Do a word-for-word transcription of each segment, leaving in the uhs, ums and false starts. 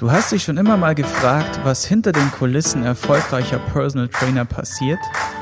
Du hast dich schon immer mal gefragt, was hinter den Kulissen erfolgreicher Personal Trainer passiert?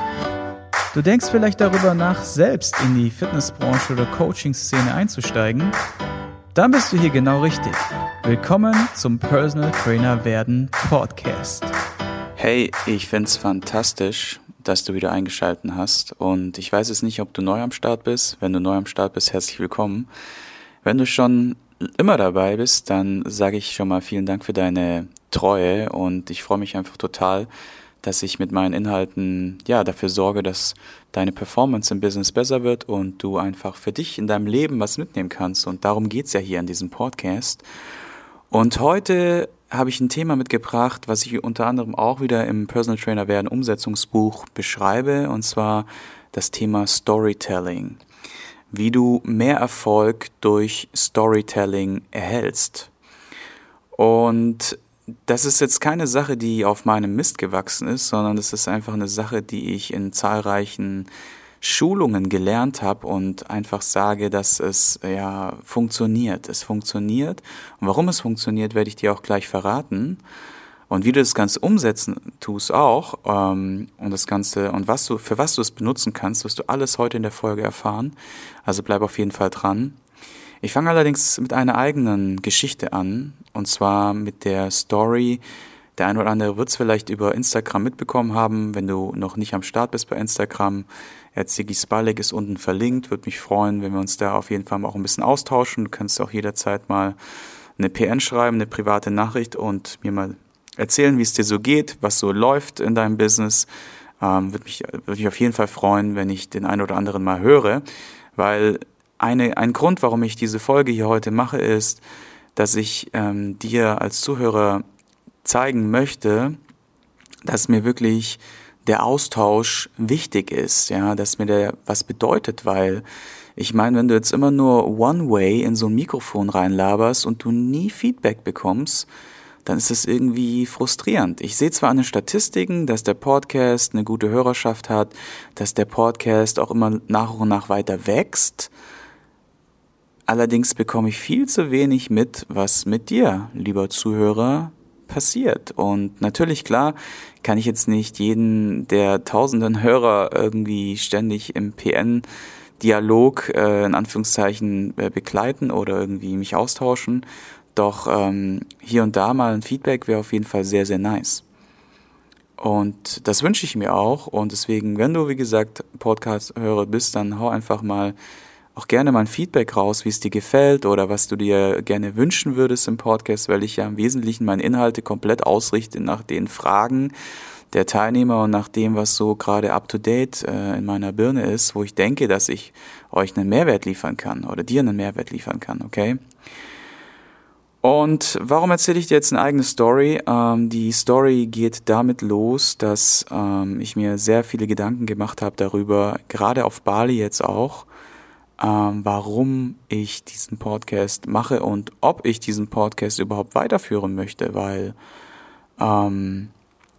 Du denkst vielleicht darüber nach, selbst in die Fitnessbranche oder Coaching-Szene einzusteigen? Dann bist du hier genau richtig. Willkommen zum Personal Trainer werden Podcast. Hey, ich find's fantastisch, dass du wieder eingeschaltet hast, und ich weiß jetzt nicht, ob du neu am Start bist. Wenn du neu am Start bist, herzlich willkommen. Wenn du schon immer dabei bist, dann sage ich schon mal vielen Dank für deine Treue, und ich freue mich einfach total, dass ich mit meinen Inhalten ja dafür sorge, dass deine Performance im Business besser wird und du einfach für dich in deinem Leben was mitnehmen kannst, und darum geht's ja hier in diesem Podcast. Und heute habe ich ein Thema mitgebracht, was ich unter anderem auch wieder im Personal Trainer werden Umsetzungsbuch beschreibe, und zwar das Thema Storytelling. Wie du mehr Erfolg durch Storytelling erhältst. Und das ist jetzt keine Sache, die auf meinem Mist gewachsen ist, sondern das ist einfach eine Sache, die ich in zahlreichen Schulungen gelernt habe und einfach sage, dass es ja funktioniert. Es funktioniert. Und warum es funktioniert, werde ich dir auch gleich verraten. Und wie du das Ganze umsetzen tust auch, ähm, und das Ganze, und was du, für was du es benutzen kannst, wirst du alles heute in der Folge erfahren. Also bleib auf jeden Fall dran. Ich fange allerdings mit einer eigenen Geschichte an, und zwar mit der Story. Der eine oder andere wird es vielleicht über Instagram mitbekommen haben, wenn du noch nicht am Start bist bei Instagram. Ziggy Spalek ist unten verlinkt, würde mich freuen, wenn wir uns da auf jeden Fall auch ein bisschen austauschen. Du kannst auch jederzeit mal eine P N schreiben, eine private Nachricht, und mir mal erzählen, wie es dir so geht, was so läuft in deinem Business. Ähm, würde mich, würde mich auf jeden Fall freuen, wenn ich den einen oder anderen mal höre, weil eine, ein Grund, warum ich diese Folge hier heute mache, ist, dass ich ähm, dir als Zuhörer zeigen möchte, dass mir wirklich der Austausch wichtig ist, ja, dass mir der was bedeutet, weil ich meine, wenn du jetzt immer nur One-Way in so ein Mikrofon reinlaberst und du nie Feedback bekommst, dann ist es irgendwie frustrierend. Ich sehe zwar an den Statistiken, dass der Podcast eine gute Hörerschaft hat, dass der Podcast auch immer nach und nach weiter wächst, allerdings bekomme ich viel zu wenig mit, was mit dir, lieber Zuhörer, passiert. Und natürlich, klar, kann ich jetzt nicht jeden der tausenden Hörer irgendwie ständig im P N-Dialog äh, in Anführungszeichen äh, begleiten oder irgendwie mich austauschen. Doch ähm, hier und da mal ein Feedback wäre auf jeden Fall sehr, sehr nice. Und das wünsche ich mir auch. Und deswegen, wenn du, wie gesagt, Podcast-Hörer bist, dann hau einfach mal auch gerne mal ein Feedback raus, wie es dir gefällt oder was du dir gerne wünschen würdest im Podcast, weil ich ja im Wesentlichen meine Inhalte komplett ausrichte nach den Fragen der Teilnehmer und nach dem, was so gerade up-to-date äh, in meiner Birne ist, wo ich denke, dass ich euch einen Mehrwert liefern kann oder dir einen Mehrwert liefern kann, okay? Und warum erzähle ich dir jetzt eine eigene Story? Ähm, die Story geht damit los, dass ähm, ich mir sehr viele Gedanken gemacht habe darüber, gerade auf Bali jetzt auch, ähm, warum ich diesen Podcast mache und ob ich diesen Podcast überhaupt weiterführen möchte, weil ähm,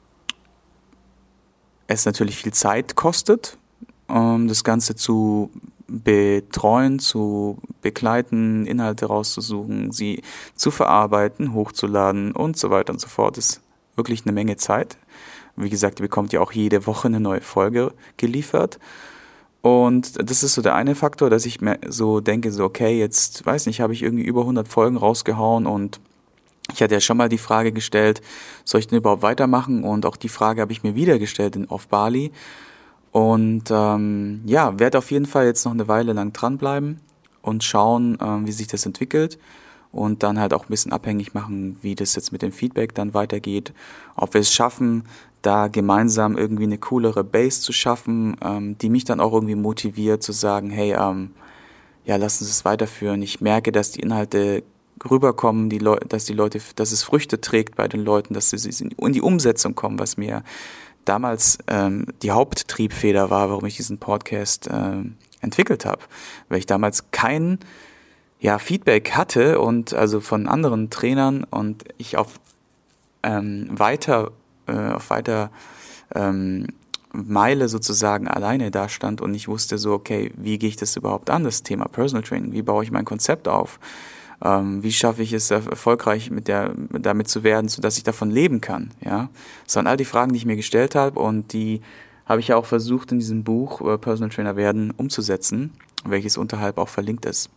es natürlich viel Zeit kostet, ähm, das Ganze zu betreuen, zu begleiten, Inhalte rauszusuchen, sie zu verarbeiten, hochzuladen und so weiter und so fort. Das ist wirklich eine Menge Zeit. Wie gesagt, ihr bekommt ja auch jede Woche eine neue Folge geliefert. Und das ist so der eine Faktor, dass ich mir so denke, so okay, jetzt, weiß nicht, habe ich irgendwie über hundert Folgen rausgehauen, und ich hatte ja schon mal die Frage gestellt, soll ich denn überhaupt weitermachen? Und auch die Frage habe ich mir wieder gestellt in, auf Bali. Und ähm, ja, werde auf jeden Fall jetzt noch eine Weile lang dranbleiben und schauen, ähm, wie sich das entwickelt, und dann halt auch ein bisschen abhängig machen, wie das jetzt mit dem Feedback dann weitergeht, ob wir es schaffen, da gemeinsam irgendwie eine coolere Base zu schaffen, ähm, die mich dann auch irgendwie motiviert zu sagen, hey, ähm, ja, lass uns es weiterführen. Ich merke, dass die Inhalte rüberkommen, die Leute, dass die Leute, dass es Früchte trägt bei den Leuten, dass sie in die Umsetzung kommen, was mir damals ähm, die Haupttriebfeder war, warum ich diesen Podcast ähm, entwickelt habe, weil ich damals kein ja, Feedback hatte, und also von anderen Trainern, und ich auf ähm, weiter äh, auf weiter ähm, Meile sozusagen alleine da stand und ich wusste so, okay, wie gehe ich das überhaupt an, das Thema Personal Training, wie baue ich mein Konzept auf, Ähm, wie schaffe ich es, erfolgreich mit der, damit zu werden, sodass ich davon leben kann? Ja, das waren all die Fragen, die ich mir gestellt habe und die habe ich ja auch versucht in diesem Buch äh, Personal Trainer werden umzusetzen, welches unterhalb auch verlinkt ist.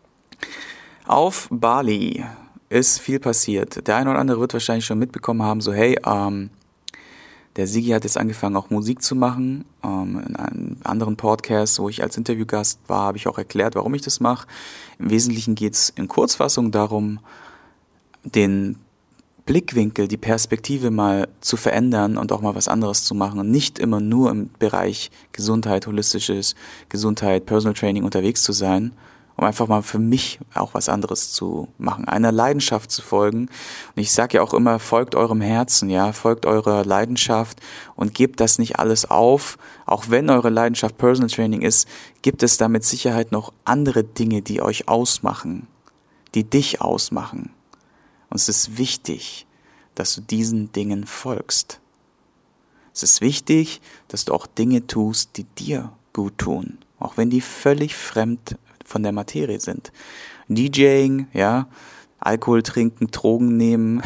Auf Bali ist viel passiert. Der eine oder andere wird wahrscheinlich schon mitbekommen haben, so hey, ähm, der Sigi hat jetzt angefangen auch Musik zu machen. Ähm, in einem anderen Podcast, wo ich als Interviewgast war, habe ich auch erklärt, warum ich das mache. Im Wesentlichen geht es in Kurzfassung darum, den Blickwinkel, die Perspektive mal zu verändern und auch mal was anderes zu machen und nicht immer nur im Bereich Gesundheit, holistisches Gesundheit, Personal Training unterwegs zu sein, um einfach mal für mich auch was anderes zu machen, einer Leidenschaft zu folgen. Und ich sage ja auch immer, folgt eurem Herzen, ja, folgt eurer Leidenschaft und gebt das nicht alles auf. Auch wenn eure Leidenschaft Personal Training ist, gibt es da mit Sicherheit noch andere Dinge, die euch ausmachen, die dich ausmachen. Und es ist wichtig, dass du diesen Dingen folgst. Es ist wichtig, dass du auch Dinge tust, die dir gut tun, auch wenn die völlig fremd von der Materie sind. DJing, ja, Alkohol trinken, Drogen nehmen,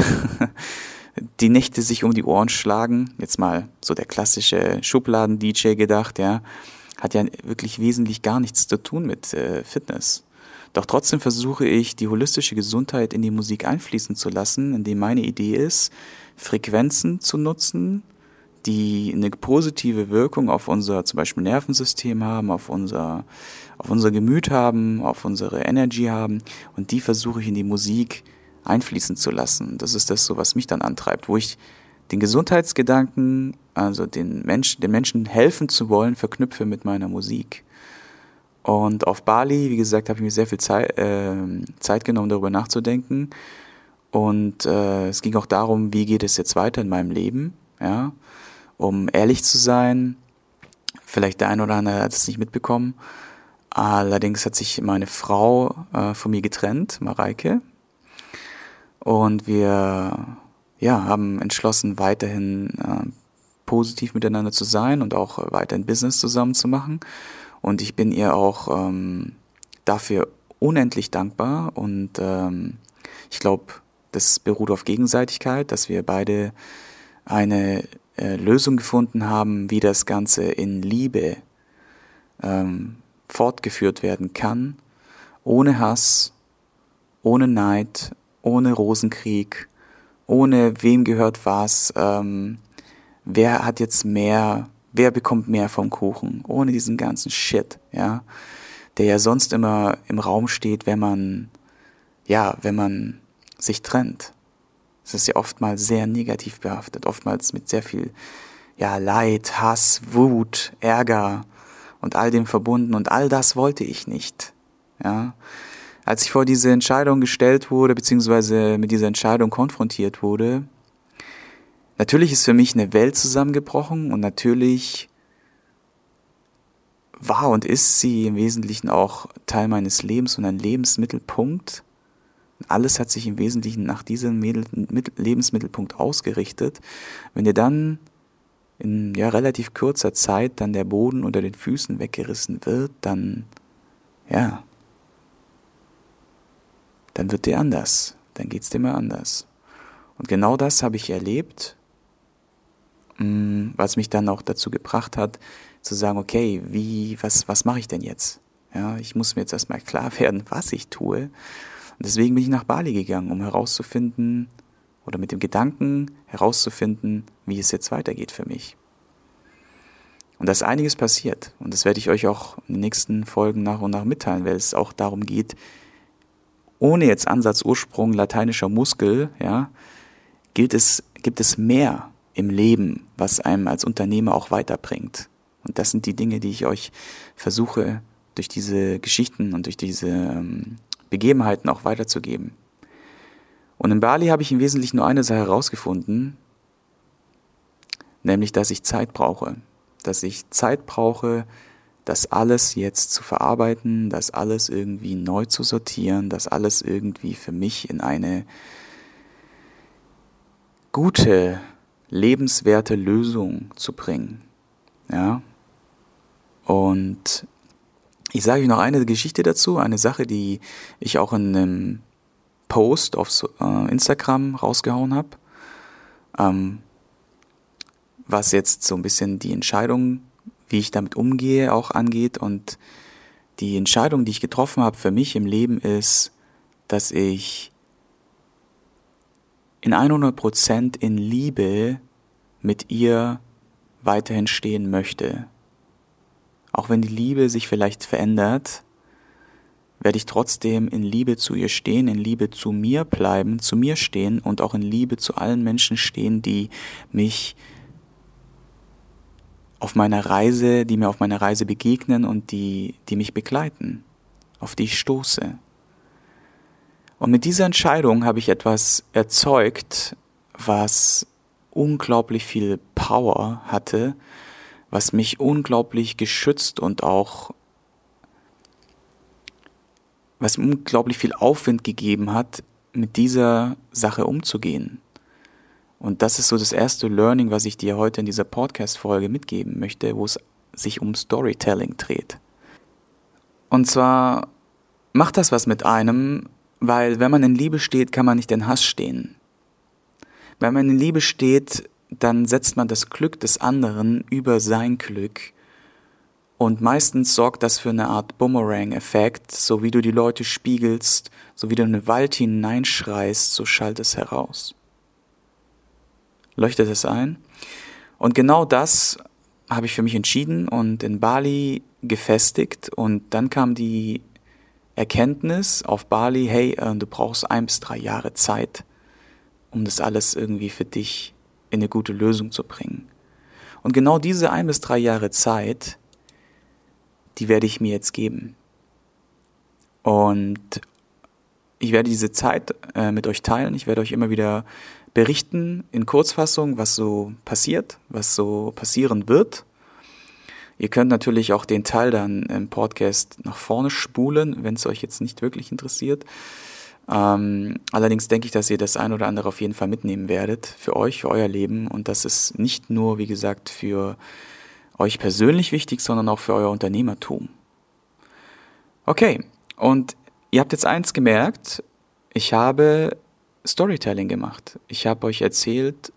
die Nächte sich um die Ohren schlagen, jetzt mal so der klassische Schubladen-D J gedacht, ja, hat ja wirklich wesentlich gar nichts zu tun mit äh, Fitness. Doch trotzdem versuche ich, die holistische Gesundheit in die Musik einfließen zu lassen, indem meine Idee ist, Frequenzen zu nutzen, die eine positive Wirkung auf unser zum Beispiel Nervensystem haben, auf unser, auf unser Gemüt haben, auf unsere Energy haben und die versuche ich in die Musik einfließen zu lassen. Das ist das so, was mich dann antreibt, wo ich den Gesundheitsgedanken, also den Menschen, den Menschen helfen zu wollen, verknüpfe mit meiner Musik. Und auf Bali, wie gesagt, habe ich mir sehr viel Zeit, äh, Zeit genommen, darüber nachzudenken. Und äh, es ging auch darum, wie geht es jetzt weiter in meinem Leben, ja. Um ehrlich zu sein, vielleicht der eine oder andere hat es nicht mitbekommen, allerdings hat sich meine Frau äh, von mir getrennt, Mareike, und wir ja, haben entschlossen, weiterhin äh, positiv miteinander zu sein und auch äh, weiterhin Business zusammen zu machen und ich bin ihr auch ähm, dafür unendlich dankbar und ähm, ich glaube, das beruht auf Gegenseitigkeit, dass wir beide eine äh, Lösung gefunden haben, wie das Ganze in Liebe ähm, fortgeführt werden kann, ohne Hass, ohne Neid, ohne Rosenkrieg, ohne wem gehört was, ähm, wer hat jetzt mehr, wer bekommt mehr vom Kuchen, ohne diesen ganzen Shit, ja, der ja sonst immer im Raum steht, wenn man, ja, wenn man sich trennt. Es ist ja oftmals sehr negativ behaftet, oftmals mit sehr viel ja, Leid, Hass, Wut, Ärger und all dem verbunden. Und all das wollte ich nicht. Ja? Als ich vor diese Entscheidung gestellt wurde, beziehungsweise mit dieser Entscheidung konfrontiert wurde, natürlich ist für mich eine Welt zusammengebrochen und natürlich war und ist sie im Wesentlichen auch Teil meines Lebens und ein Lebensmittelpunkt. Alles hat sich im Wesentlichen nach diesem Lebensmittelpunkt ausgerichtet. Wenn dir dann in ja, relativ kurzer Zeit dann der Boden unter den Füßen weggerissen wird, dann, ja, dann wird dir anders. Dann geht's dir mal anders. Und genau das habe ich erlebt, was mich dann auch dazu gebracht hat, zu sagen, okay, wie, was, was mache ich denn jetzt? Ja, ich muss mir jetzt erstmal klar werden, was ich tue. Und deswegen bin ich nach Bali gegangen, um herauszufinden oder mit dem Gedanken herauszufinden, wie es jetzt weitergeht für mich. Und da ist einiges passiert. Und das werde ich euch auch in den nächsten Folgen nach und nach mitteilen, weil es auch darum geht, ohne jetzt Ansatz, Ursprung, lateinischer Muskel, ja, gilt es, gibt es mehr im Leben, was einem als Unternehmer auch weiterbringt. Und das sind die Dinge, die ich euch versuche, durch diese Geschichten und durch diese ähm, Begebenheiten auch weiterzugeben. Und in Bali habe ich im Wesentlichen nur eine Sache herausgefunden, nämlich, dass ich Zeit brauche. Dass ich Zeit brauche, das alles jetzt zu verarbeiten, das alles irgendwie neu zu sortieren, das alles irgendwie für mich in eine gute, lebenswerte Lösung zu bringen. Ja. Und ich sage euch noch eine Geschichte dazu, eine Sache, die ich auch in einem Post auf so, äh, Instagram rausgehauen habe, ähm, was jetzt so ein bisschen die Entscheidung, wie ich damit umgehe, auch angeht. Und die Entscheidung, die ich getroffen habe für mich im Leben ist, dass ich in hundert Prozent in Liebe mit ihr weiterhin stehen möchte. Auch wenn die Liebe sich vielleicht verändert, werde ich trotzdem in Liebe zu ihr stehen, in Liebe zu mir bleiben, zu mir stehen und auch in Liebe zu allen Menschen stehen, die mich auf meiner Reise, die mir auf meiner Reise begegnen und die, die mich begleiten, auf die ich stoße. Und mit dieser Entscheidung habe ich etwas erzeugt, was unglaublich viel Power hatte, was mich unglaublich geschützt und auch, was mir unglaublich viel Aufwind gegeben hat, mit dieser Sache umzugehen. Und das ist so das erste Learning, was ich dir heute in dieser Podcast-Folge mitgeben möchte, wo es sich um Storytelling dreht. Und zwar macht das was mit einem, weil wenn man in Liebe steht, kann man nicht in Hass stehen. Wenn man in Liebe steht, dann setzt man das Glück des anderen über sein Glück. Und meistens sorgt das für eine Art Boomerang-Effekt, so wie du die Leute spiegelst, so wie du in den Wald hineinschreist, so schallt es heraus. Leuchtet es ein? Und genau das habe ich für mich entschieden und in Bali gefestigt. Und dann kam die Erkenntnis auf Bali, hey, du brauchst ein bis drei Jahre Zeit, um das alles irgendwie für dich in eine gute Lösung zu bringen. Und genau diese ein bis drei Jahre Zeit, die werde ich mir jetzt geben. Und ich werde diese Zeit äh, mit euch teilen. Ich werde euch immer wieder berichten in Kurzfassung, was so passiert, was so passieren wird. Ihr könnt natürlich auch den Teil dann im Podcast nach vorne spulen, wenn es euch jetzt nicht wirklich interessiert. Ähm, allerdings denke ich, dass ihr das ein oder andere auf jeden Fall mitnehmen werdet, für euch, für euer Leben. Und das ist nicht nur, wie gesagt, für euch persönlich wichtig, sondern auch für euer Unternehmertum. Okay, und ihr habt jetzt eins gemerkt, ich habe Storytelling gemacht. Ich habe euch erzählt,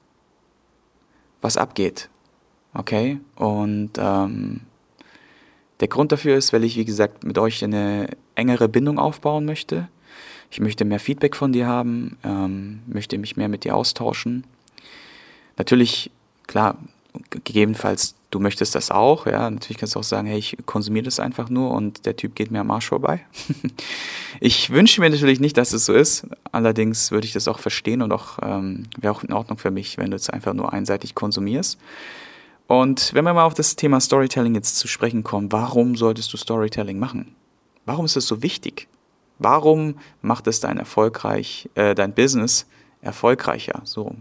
was abgeht. Okay, und ähm, der Grund dafür ist, weil ich, wie gesagt, mit euch eine engere Bindung aufbauen möchte. Ich möchte mehr Feedback von dir haben, ähm, möchte mich mehr mit dir austauschen. Natürlich, klar, gegebenenfalls, du möchtest das auch, ja, natürlich kannst du auch sagen, hey, ich konsumiere das einfach nur und der Typ geht mir am Arsch vorbei. Ich wünsche mir natürlich nicht, dass es so ist, allerdings würde ich das auch verstehen und auch ähm, wäre auch in Ordnung für mich, wenn du es einfach nur einseitig konsumierst. Und wenn wir mal auf das Thema Storytelling jetzt zu sprechen kommen, warum solltest du Storytelling machen? Warum ist es so wichtig? Warum macht es dein erfolgreich, äh, dein Business erfolgreicher? So.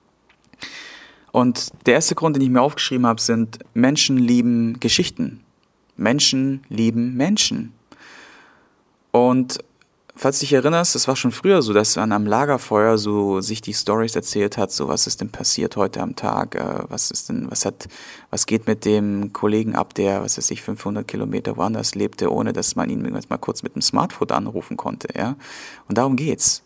Und der erste Grund, den ich mir aufgeschrieben habe, sind Menschen lieben Geschichten. Menschen lieben Menschen. Und falls du dich erinnerst, es war schon früher so, dass man am Lagerfeuer so sich die Storys erzählt hat, so was ist denn passiert heute am Tag, äh, was ist denn, was hat, was geht mit dem Kollegen ab, der, was weiß ich, fünfhundert Kilometer woanders lebte, ohne dass man ihn mal kurz mit dem Smartphone anrufen konnte, ja. Und darum geht's.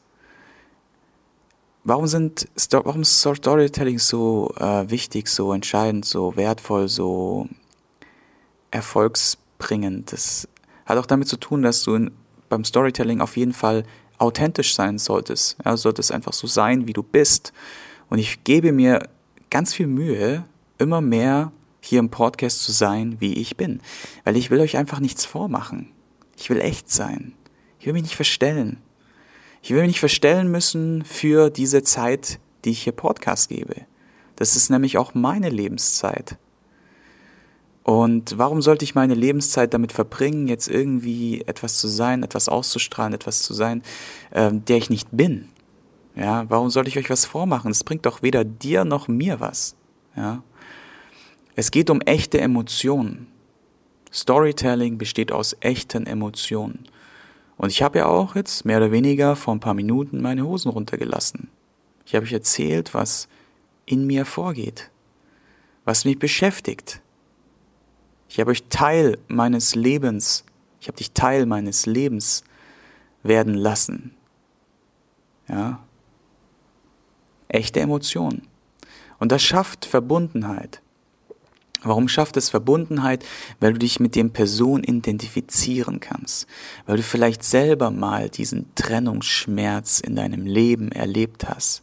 Warum sind, warum ist Storytelling so äh, wichtig, so entscheidend, so wertvoll, so erfolgsbringend? Das hat auch damit zu tun, dass du in, beim Storytelling auf jeden Fall authentisch sein solltest. Ja, du solltest einfach so sein, wie du bist. Und ich gebe mir ganz viel Mühe, immer mehr hier im Podcast zu sein, wie ich bin. Weil ich will euch einfach nichts vormachen. Ich will echt sein. Ich will mich nicht verstellen. Ich will mich nicht verstellen müssen für diese Zeit, die ich hier Podcast gebe. Das ist nämlich auch meine Lebenszeit. Und warum sollte ich meine Lebenszeit damit verbringen, jetzt irgendwie etwas zu sein, etwas auszustrahlen, etwas zu sein, ähm, der ich nicht bin? Ja, warum sollte ich euch was vormachen? Es bringt doch weder dir noch mir was. Ja? Es geht um echte Emotionen. Storytelling besteht aus echten Emotionen. Und ich habe ja auch jetzt mehr oder weniger vor ein paar Minuten meine Hosen runtergelassen. Ich habe euch erzählt, was in mir vorgeht, was mich beschäftigt. Ich habe euch Teil meines Lebens, ich habe dich Teil meines Lebens werden lassen. Ja? Echte Emotionen. Und das schafft Verbundenheit. Warum schafft es Verbundenheit? Weil du dich mit den Personen identifizieren kannst. Weil du vielleicht selber mal diesen Trennungsschmerz in deinem Leben erlebt hast.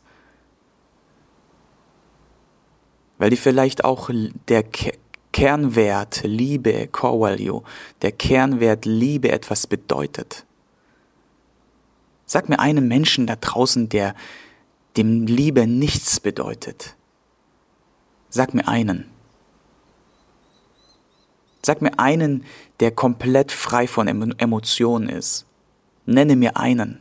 Weil dir vielleicht auch der Ke- Kernwert Liebe, Core Value, der Kernwert Liebe etwas bedeutet. Sag mir einen Menschen da draußen, der dem Liebe nichts bedeutet. Sag mir einen. Sag mir einen, der komplett frei von Emotionen ist. Nenne mir einen.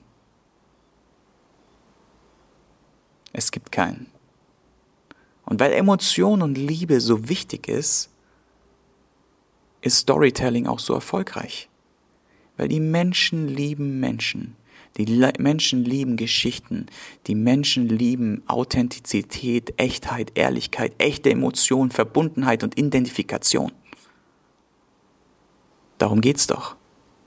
Es gibt keinen. Und weil Emotion und Liebe so wichtig ist, ist Storytelling auch so erfolgreich. Weil die Menschen lieben Menschen. Die Menschen lieben Geschichten. Die Menschen lieben Authentizität, Echtheit, Ehrlichkeit, echte Emotion, Verbundenheit und Identifikation. Darum geht's doch.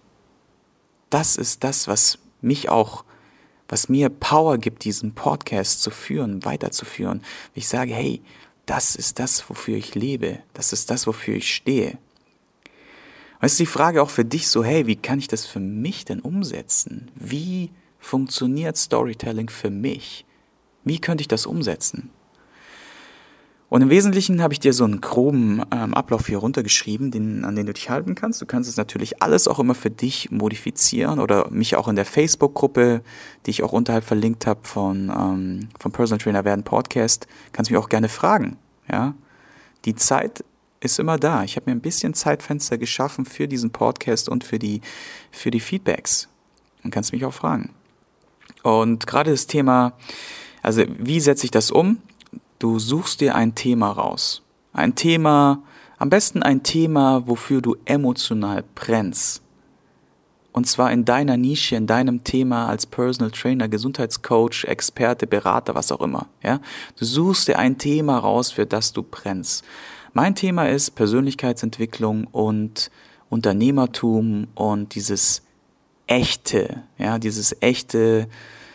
Das ist das, was mich auch, was mir Power gibt, diesen Podcast zu führen, weiterzuführen. Ich sage, hey, das ist das, wofür ich lebe. Das ist das, wofür ich stehe. Und es ist die Frage auch für dich so, hey, wie kann ich das für mich denn umsetzen? Wie funktioniert Storytelling für mich? Wie könnte ich das umsetzen? Und im Wesentlichen habe ich dir so einen groben ähm, Ablauf hier runtergeschrieben, den, an den du dich halten kannst. Du kannst es natürlich alles auch immer für dich modifizieren oder mich auch in der Facebook-Gruppe, die ich auch unterhalb verlinkt habe von, ähm, vom Personal Trainer werden Podcast, kannst du mich auch gerne fragen. Ja? Die Zeit ist immer da. Ich habe mir ein bisschen Zeitfenster geschaffen für diesen Podcast und für die, für die Feedbacks. Und kannst mich auch fragen. Und gerade das Thema, also wie setze ich das um? Du suchst dir ein Thema raus. Ein Thema, am besten ein Thema, wofür du emotional brennst. Und zwar in deiner Nische, in deinem Thema als Personal Trainer, Gesundheitscoach, Experte, Berater, was auch immer. Ja? Du suchst dir ein Thema raus, für das du brennst. Mein Thema ist Persönlichkeitsentwicklung und Unternehmertum und dieses echte, ja, dieses echte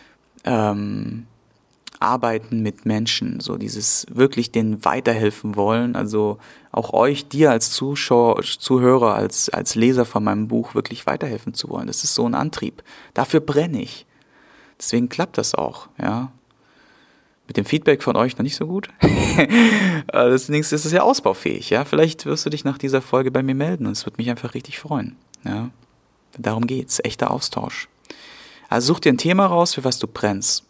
ähm, Arbeiten mit Menschen, so dieses wirklich denen weiterhelfen wollen, also auch euch, dir als Zuschauer, Zuhörer, als, als Leser von meinem Buch wirklich weiterhelfen zu wollen. Das ist so ein Antrieb. Dafür brenne ich. Deswegen klappt das auch, ja. Mit dem Feedback von euch noch nicht so gut. Deswegen ist es ja ausbaufähig, ja. Vielleicht wirst du dich nach dieser Folge bei mir melden und es wird mich einfach richtig freuen, ja. Darum geht's, echter Austausch. Also such dir ein Thema raus, für was du brennst.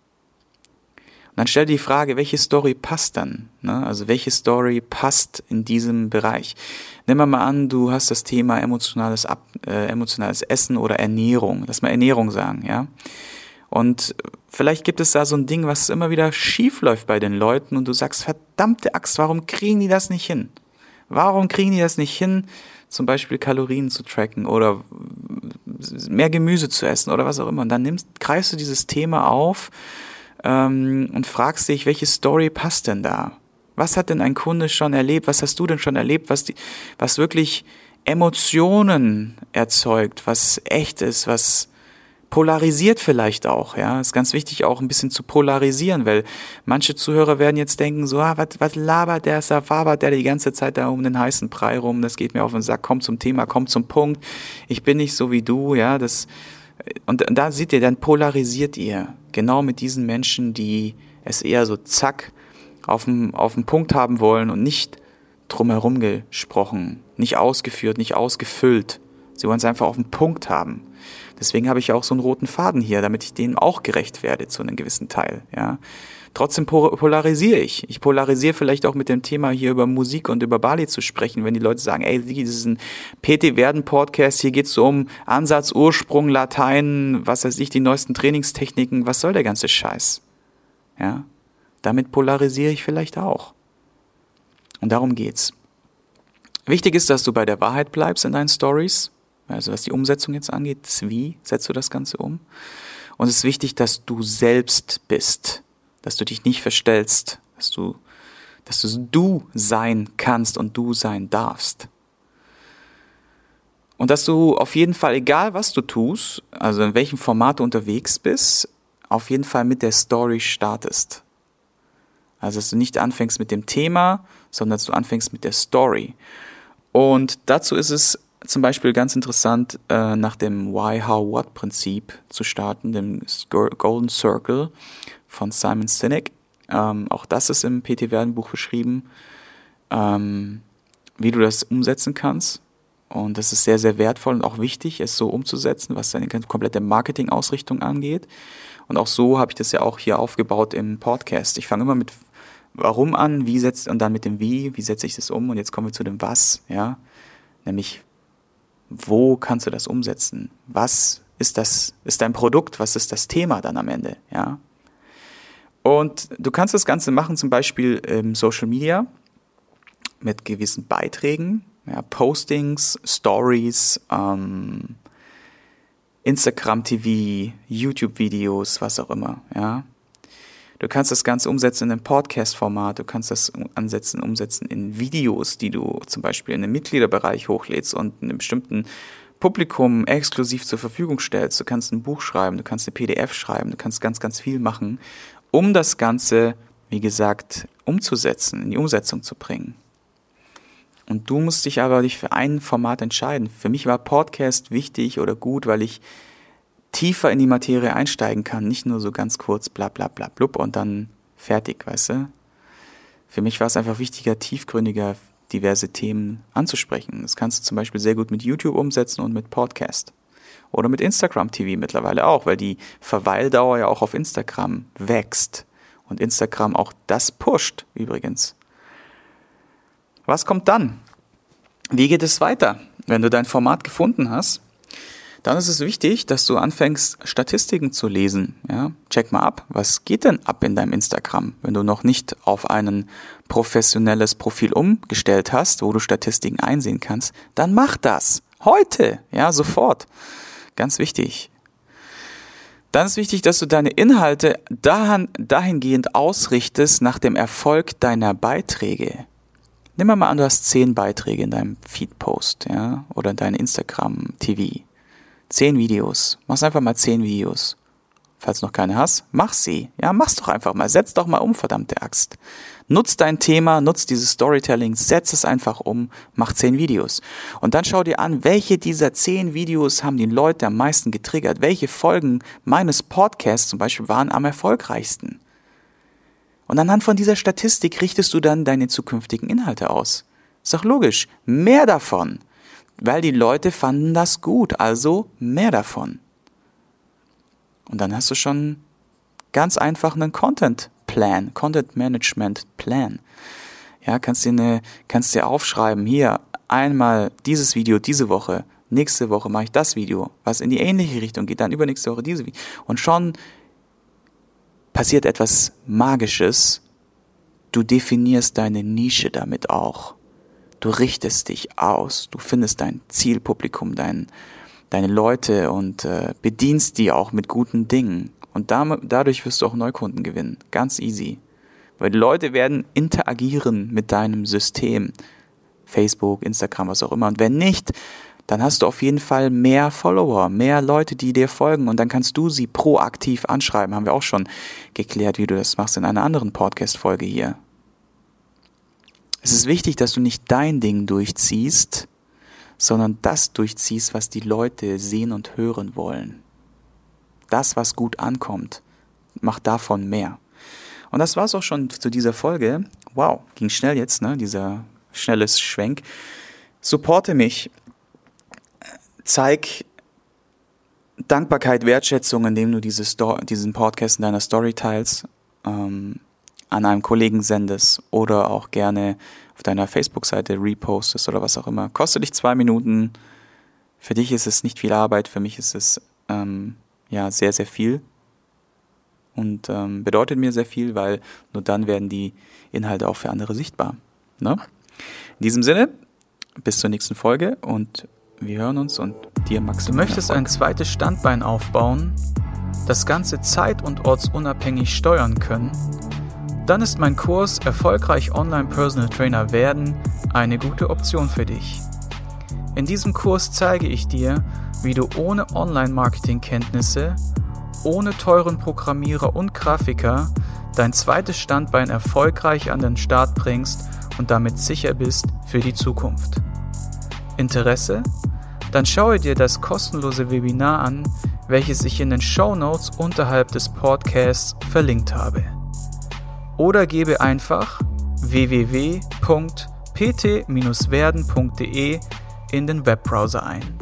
Und dann stell dir die Frage, welche Story passt dann? Ne? Also welche Story passt in diesem Bereich? Nimm mal an, du hast das Thema emotionales, Ab, äh, emotionales Essen oder Ernährung. Lass mal Ernährung sagen, ja. Und vielleicht gibt es da so ein Ding, was immer wieder schief läuft bei den Leuten und du sagst, verdammte Axt, warum kriegen die das nicht hin? Warum kriegen die das nicht hin, zum Beispiel Kalorien zu tracken oder mehr Gemüse zu essen oder was auch immer? Und dann nimmst, greifst du dieses Thema auf ähm, und fragst dich, welche Story passt denn da? Was hat denn ein Kunde schon erlebt? Was hast du denn schon erlebt, was, die, was wirklich Emotionen erzeugt, was echt ist, was polarisiert vielleicht auch, ja, ist ganz wichtig auch ein bisschen zu polarisieren, weil manche Zuhörer werden jetzt denken, so, ah, was, was labert der, was wabert der die ganze Zeit da um den heißen Brei rum, das geht mir auf den Sack, komm zum Thema, komm zum Punkt, ich bin nicht so wie du, ja, das, und da seht ihr, dann polarisiert ihr, genau mit diesen Menschen, die es eher so zack, auf den, auf den Punkt haben wollen und nicht drumherum gesprochen, nicht ausgeführt, nicht ausgefüllt, sie wollen es einfach auf den Punkt haben. Deswegen habe ich auch so einen roten Faden hier, damit ich denen auch gerecht werde zu einem gewissen Teil. Ja. Trotzdem polarisiere ich. Ich polarisiere vielleicht auch mit dem Thema hier über Musik und über Bali zu sprechen, wenn die Leute sagen, ey, das ist ein P T Werden Podcast, hier geht es so um Ansatz, Ursprung, Latein, was weiß ich, die neuesten Trainingstechniken, was soll der ganze Scheiß? Ja. Damit polarisiere ich vielleicht auch. Und darum geht's. Wichtig ist, dass du bei der Wahrheit bleibst in deinen Stories. Also was die Umsetzung jetzt angeht, das Wie setzt du das Ganze um. Und es ist wichtig, dass du selbst bist, dass du dich nicht verstellst, dass du, dass du du sein kannst und du sein darfst. Und dass du auf jeden Fall, egal was du tust, also in welchem Format du unterwegs bist, auf jeden Fall mit der Story startest. Also dass du nicht anfängst mit dem Thema, sondern dass du anfängst mit der Story. Und dazu ist es zum Beispiel ganz interessant, äh, nach dem Why, How, What-Prinzip zu starten, dem Golden Circle von Simon Sinek. Ähm, auch das ist im P T Werden-Buch beschrieben, ähm, wie du das umsetzen kannst. Und das ist sehr, sehr wertvoll und auch wichtig, es so umzusetzen, was deine komplette Marketing-Ausrichtung angeht. Und auch so habe ich das ja auch hier aufgebaut im Podcast. Ich fange immer mit Warum an, wie setzt und dann mit dem Wie, wie setze ich das um? Und jetzt kommen wir zu dem Was, ja, nämlich wo kannst du das umsetzen? Was ist das, ist dein Produkt? Was ist das Thema dann am Ende, ja? Und du kannst das Ganze machen, zum Beispiel im Social Media mit gewissen Beiträgen, ja, Postings, Stories, ähm, Instagram T V, YouTube-Videos, was auch immer, ja. Du kannst das Ganze umsetzen in einem Podcast-Format, du kannst das ansetzen, umsetzen in Videos, die du zum Beispiel in einem Mitgliederbereich hochlädst und einem bestimmten Publikum exklusiv zur Verfügung stellst. Du kannst ein Buch schreiben, du kannst eine P D F schreiben, du kannst ganz, ganz viel machen, um das Ganze, wie gesagt, umzusetzen, in die Umsetzung zu bringen. Und du musst dich aber nicht für ein Format entscheiden. Für mich war Podcast wichtig oder gut, weil ich tiefer in die Materie einsteigen kann, nicht nur so ganz kurz bla bla bla blub und dann fertig, weißt du? Für mich war es einfach wichtiger, tiefgründiger diverse Themen anzusprechen. Das kannst du zum Beispiel sehr gut mit YouTube umsetzen und mit Podcast. Oder mit Instagram T V mittlerweile auch, weil die Verweildauer ja auch auf Instagram wächst. Und Instagram auch das pusht, übrigens. Was kommt dann? Wie geht es weiter? Wenn du dein Format gefunden hast, dann ist es wichtig, dass du anfängst, Statistiken zu lesen. Ja? Check mal ab, was geht denn ab in deinem Instagram, wenn du noch nicht auf ein professionelles Profil umgestellt hast, wo du Statistiken einsehen kannst, dann mach das. Heute, ja, sofort. Ganz wichtig. Dann ist wichtig, dass du deine Inhalte dahin, dahingehend ausrichtest nach dem Erfolg deiner Beiträge. Nimm mal an, du hast zehn Beiträge in deinem Feed-Post, ja, oder in deinem Instagram-T V. Zehn Videos. Mach's einfach mal zehn Videos. Falls du noch keine hast, mach sie. Ja, mach's doch einfach mal. Setz doch mal um, verdammte Axt. Nutz dein Thema, nutz dieses Storytelling, setz es einfach um, mach zehn Videos. Und dann schau dir an, welche dieser zehn Videos haben die Leute am meisten getriggert. Welche Folgen meines Podcasts zum Beispiel waren am erfolgreichsten. Und anhand von dieser Statistik richtest du dann deine zukünftigen Inhalte aus. Ist doch logisch. Mehr davon. Weil die Leute fanden das gut, also mehr davon. Und dann hast du schon ganz einfach einen Content-Plan, Content-Management-Plan. Ja, kannst dir eine, kannst dir aufschreiben, hier einmal dieses Video diese Woche, nächste Woche mache ich das Video, was in die ähnliche Richtung geht, dann übernächste Woche diese Video. Und schon passiert etwas Magisches. Du definierst deine Nische damit auch. Du richtest dich aus, du findest dein Zielpublikum, dein, deine Leute und äh, bedienst die auch mit guten Dingen. Und da, dadurch wirst du auch Neukunden gewinnen. Ganz easy. Weil die Leute werden interagieren mit deinem System. Facebook, Instagram, was auch immer. Und wenn nicht, dann hast du auf jeden Fall mehr Follower, mehr Leute, die dir folgen. Und dann kannst du sie proaktiv anschreiben. Haben wir auch schon geklärt, wie du das machst in einer anderen Podcast-Folge hier. Es ist wichtig, dass du nicht dein Ding durchziehst, sondern das durchziehst, was die Leute sehen und hören wollen. Das, was gut ankommt, mach davon mehr. Und das war's auch schon zu dieser Folge. Wow, ging schnell jetzt, ne? Dieser schnelles Schwenk. Supporte mich. Zeig Dankbarkeit, Wertschätzung, indem du diese Sto- diesen Podcast in deiner Story teilst. Ähm, an einem Kollegen sendest oder auch gerne auf deiner Facebook-Seite repostest oder was auch immer. Kostet dich zwei Minuten. Für dich ist es nicht viel Arbeit, für mich ist es ähm, ja sehr, sehr viel und ähm, bedeutet mir sehr viel, weil nur dann werden die Inhalte auch für andere sichtbar. Ne? In diesem Sinne, bis zur nächsten Folge und wir hören uns und dir, Max. Du möchtest ein zweites Standbein aufbauen, das Ganze zeit- und ortsunabhängig steuern können? Dann ist mein Kurs Erfolgreich Online Personal Trainer werden eine gute Option für dich. In diesem Kurs zeige ich dir, wie du ohne Online-Marketing-Kenntnisse ohne teuren Programmierer und Grafiker dein zweites Standbein erfolgreich an den Start bringst und damit sicher bist für die Zukunft. Interesse? Dann schaue dir das kostenlose Webinar an, welches ich in den Shownotes unterhalb des Podcasts verlinkt habe. Oder gebe einfach w w w punkt p t dash werden punkt d e in den Webbrowser ein.